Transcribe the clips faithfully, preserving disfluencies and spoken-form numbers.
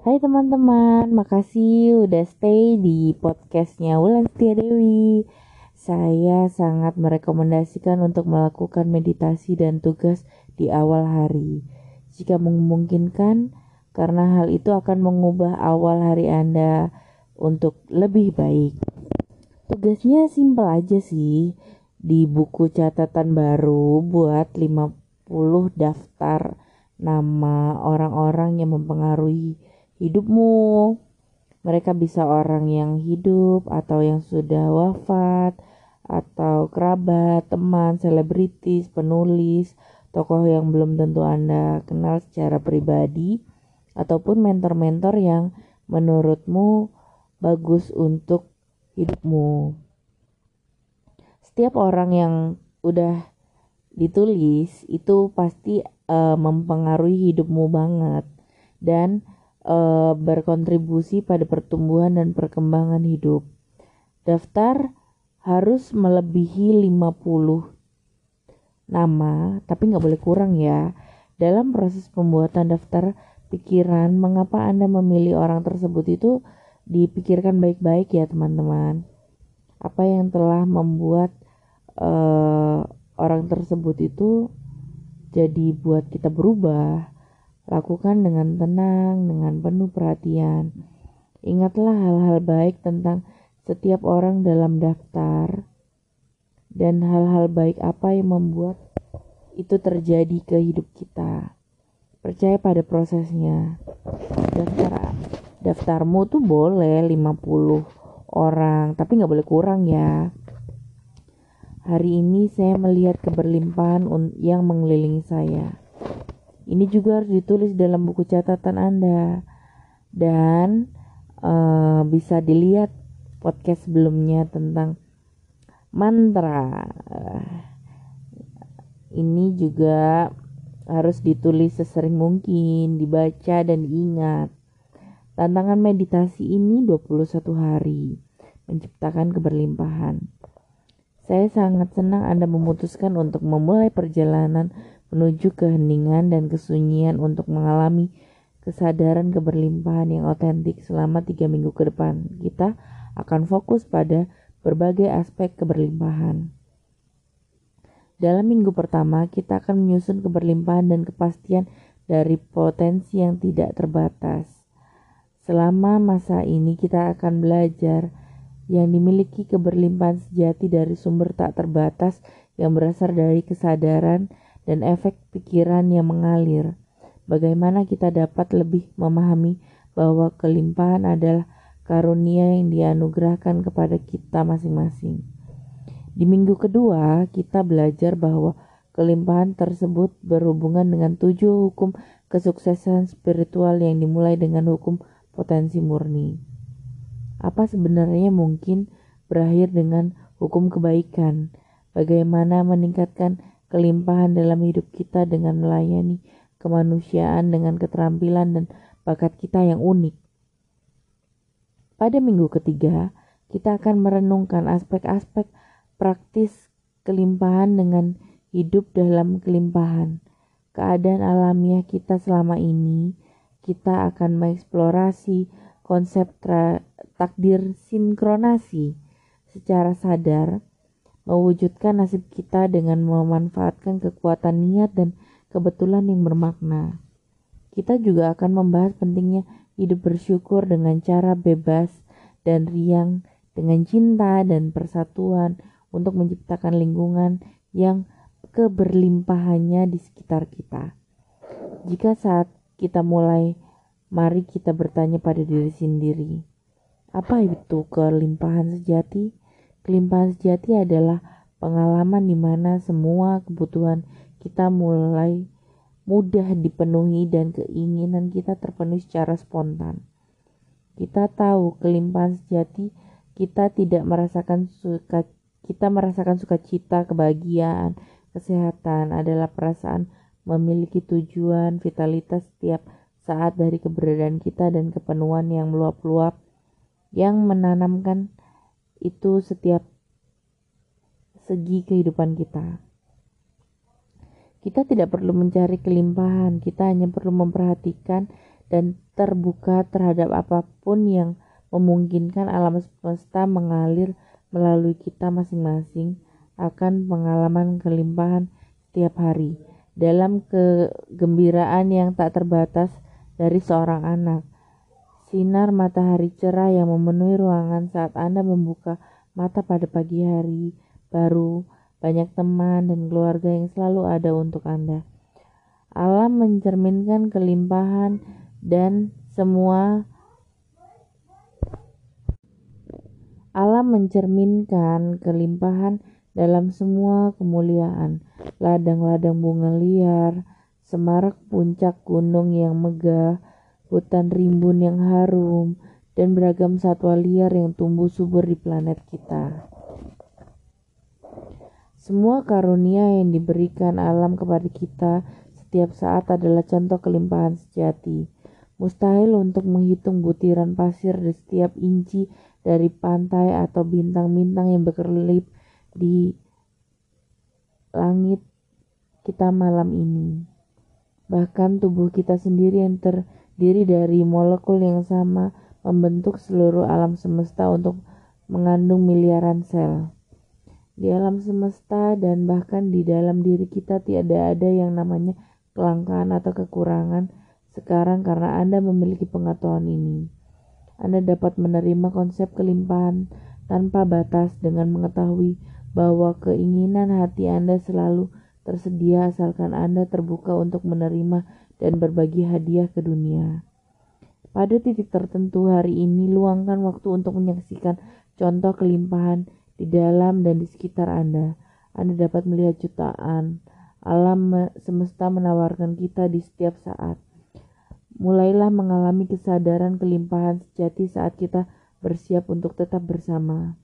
Hai teman-teman, makasih udah stay di podcastnya Wulan Setia Dewi. Saya sangat merekomendasikan untuk melakukan meditasi dan tugas di awal hari. Jika memungkinkan, karena hal itu akan mengubah awal hari Anda untuk lebih baik. Tugasnya simpel aja sih. Di buku catatan baru buat lima puluh daftar nama orang-orang yang mempengaruhi hidupmu. Mereka bisa orang yang hidup atau yang sudah wafat, atau kerabat, teman, selebritis, penulis, tokoh yang belum tentu Anda kenal secara pribadi, ataupun mentor-mentor yang menurutmu bagus untuk hidupmu. Setiap orang yang udah ditulis itu pasti uh, mempengaruhi hidupmu banget dan uh, berkontribusi pada pertumbuhan dan perkembangan hidup. Daftar harus melebihi lima puluh nama, tapi nggak boleh kurang ya. Dalam proses pembuatan daftar pikiran, mengapa Anda memilih orang tersebut itu dipikirkan baik-baik ya teman-teman. Apa yang telah membuat uh, orang tersebut itu jadi buat kita berubah. Lakukan dengan tenang, dengan penuh perhatian. Ingatlah hal-hal baik tentang setiap orang dalam daftar dan hal-hal baik apa yang membuat itu terjadi ke hidup kita. Percaya pada prosesnya. Daftar daftarmu tuh boleh lima puluh orang, tapi nggak boleh kurang ya. Hari ini saya melihat keberlimpahan yang mengelilingi saya. Ini juga harus ditulis dalam buku catatan Anda. Dan uh, bisa dilihat podcast sebelumnya tentang mantra. Uh, ini juga harus ditulis sesering mungkin, dibaca dan diingat. Tantangan meditasi ini dua puluh satu hari, menciptakan keberlimpahan. Saya sangat senang Anda memutuskan untuk memulai perjalanan menuju keheningan dan kesunyian untuk mengalami kesadaran keberlimpahan yang otentik selama tiga minggu ke depan. Kita akan fokus pada berbagai aspek keberlimpahan. Dalam minggu pertama, kita akan menyusun keberlimpahan dan kepastian dari potensi yang tidak terbatas. Selama masa ini kita akan belajar yang dimiliki keberlimpahan sejati dari sumber tak terbatas yang berasal dari kesadaran dan efek pikiran yang mengalir. Bagaimana kita dapat lebih memahami bahwa kelimpahan adalah karunia yang dianugerahkan kepada kita masing-masing. Di minggu kedua, kita belajar bahwa kelimpahan tersebut berhubungan dengan tujuh hukum kesuksesan spiritual yang dimulai dengan hukum potensi murni. Apa sebenarnya mungkin berakhir dengan hukum kebaikan? Bagaimana meningkatkan kelimpahan dalam hidup kita dengan melayani kemanusiaan dengan keterampilan dan bakat kita yang unik. Pada minggu ketiga, kita akan merenungkan aspek-aspek praktis kelimpahan dengan hidup dalam kelimpahan. Keadaan alamiah kita selama ini, kita akan mengeksplorasi konsep tra- takdir sinkronasi secara sadar, mewujudkan nasib kita dengan memanfaatkan kekuatan niat dan kebetulan yang bermakna. Kita juga akan membahas pentingnya hidup bersyukur dengan cara bebas dan riang, dengan cinta dan persatuan untuk menciptakan lingkungan yang keberlimpahannya di sekitar kita. Jika saat kita mulai, mari kita bertanya pada diri sendiri, apa itu kelimpahan sejati? Kelimpahan sejati adalah pengalaman di mana semua kebutuhan kita mulai mudah dipenuhi dan keinginan kita terpenuhi secara spontan. Kita tahu kelimpahan sejati, kita tidak merasakan suka kita merasakan sukacita, kebahagiaan, kesehatan adalah perasaan memiliki tujuan, vitalitas setiap saat dari keberadaan kita dan kepenuhan yang meluap-luap yang menanamkan itu setiap segi kehidupan kita. Kita tidak perlu mencari kelimpahan, kita hanya perlu memperhatikan dan terbuka terhadap apapun yang memungkinkan alam semesta mengalir melalui kita masing-masing akan pengalaman kelimpahan setiap hari dalam kegembiraan yang tak terbatas dari seorang anak. Sinar matahari cerah yang memenuhi ruangan saat Anda membuka mata pada pagi hari baru, banyak teman dan keluarga yang selalu ada untuk Anda. Alam mencerminkan kelimpahan dan semua Alam mencerminkan kelimpahan dalam semua kemuliaan, ladang-ladang bunga liar, semarak puncak gunung yang megah, hutan rimbun yang harum, dan beragam satwa liar yang tumbuh subur di planet kita. Semua karunia yang diberikan alam kepada kita setiap saat adalah contoh kelimpahan sejati. Mustahil untuk menghitung butiran pasir di setiap inci dari pantai atau bintang-bintang yang berkelip di langit kita malam ini. Bahkan tubuh kita sendiri yang terdiri dari molekul yang sama membentuk seluruh alam semesta untuk mengandung miliaran sel. Di alam semesta dan bahkan di dalam diri kita tiada ada yang namanya kelangkaan atau kekurangan sekarang karena Anda memiliki pengetahuan ini. Anda dapat menerima konsep kelimpahan tanpa batas dengan mengetahui bahwa keinginan hati Anda selalu tersedia asalkan Anda terbuka untuk menerima dan berbagi hadiah ke dunia. Pada titik tertentu hari ini, luangkan waktu untuk menyaksikan contoh kelimpahan di dalam dan di sekitar Anda. Anda dapat melihat jutaan alam semesta menawarkan kita di setiap saat. Mulailah mengalami kesadaran kelimpahan sejati saat kita bersiap untuk tetap bersama.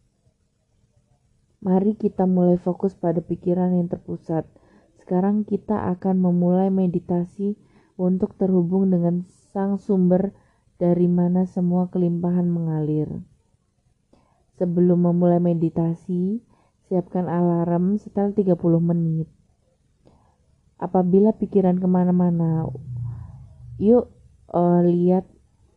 Mari kita mulai fokus pada pikiran yang terpusat. Sekarang kita akan memulai meditasi untuk terhubung dengan sang sumber dari mana semua kelimpahan mengalir. Sebelum memulai meditasi, siapkan alarm setelah tiga puluh menit. Apabila pikiran kemana-mana, yuk uh, lihat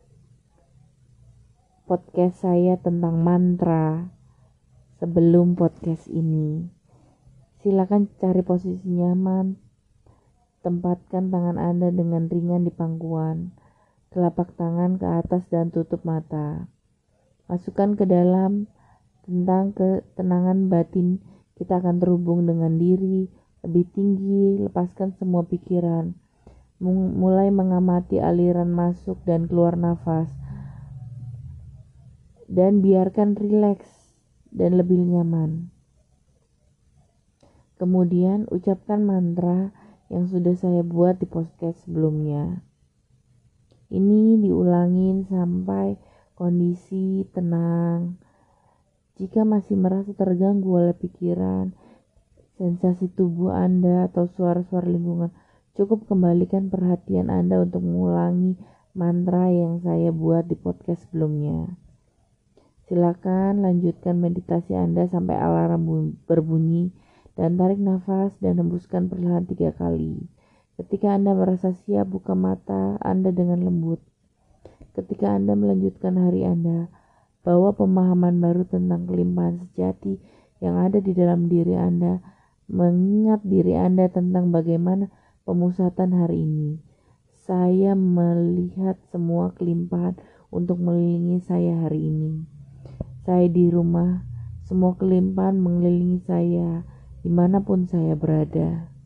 podcast saya tentang mantra sebelum podcast ini. Silakan cari posisi nyaman, tempatkan tangan Anda dengan ringan di pangkuan, telapak tangan ke atas dan tutup mata. Masukkan ke dalam tentang ketenangan batin. Kita akan terhubung dengan diri lebih tinggi, lepaskan semua pikiran. Mulai mengamati aliran masuk dan keluar nafas dan biarkan rileks dan lebih nyaman. Kemudian ucapkan mantra yang sudah saya buat di podcast sebelumnya. Ini diulangin sampai kondisi tenang. Jika masih merasa terganggu oleh pikiran, sensasi tubuh Anda atau suara-suara lingkungan, cukup kembalikan perhatian Anda untuk mengulangi mantra yang saya buat di podcast sebelumnya. Silakan lanjutkan meditasi Anda sampai alarm berbunyi dan tarik nafas dan hembuskan perlahan tiga kali. Ketika Anda merasa siap, buka mata Anda dengan lembut. Ketika Anda melanjutkan hari Anda, bawa pemahaman baru tentang kelimpahan sejati yang ada di dalam diri Anda, mengingat diri Anda tentang bagaimana pemusatan hari ini. Saya melihat semua kelimpahan untuk mengelilingi saya hari ini. Saya di rumah, semua kelimpahan mengelilingi saya dimanapun saya berada.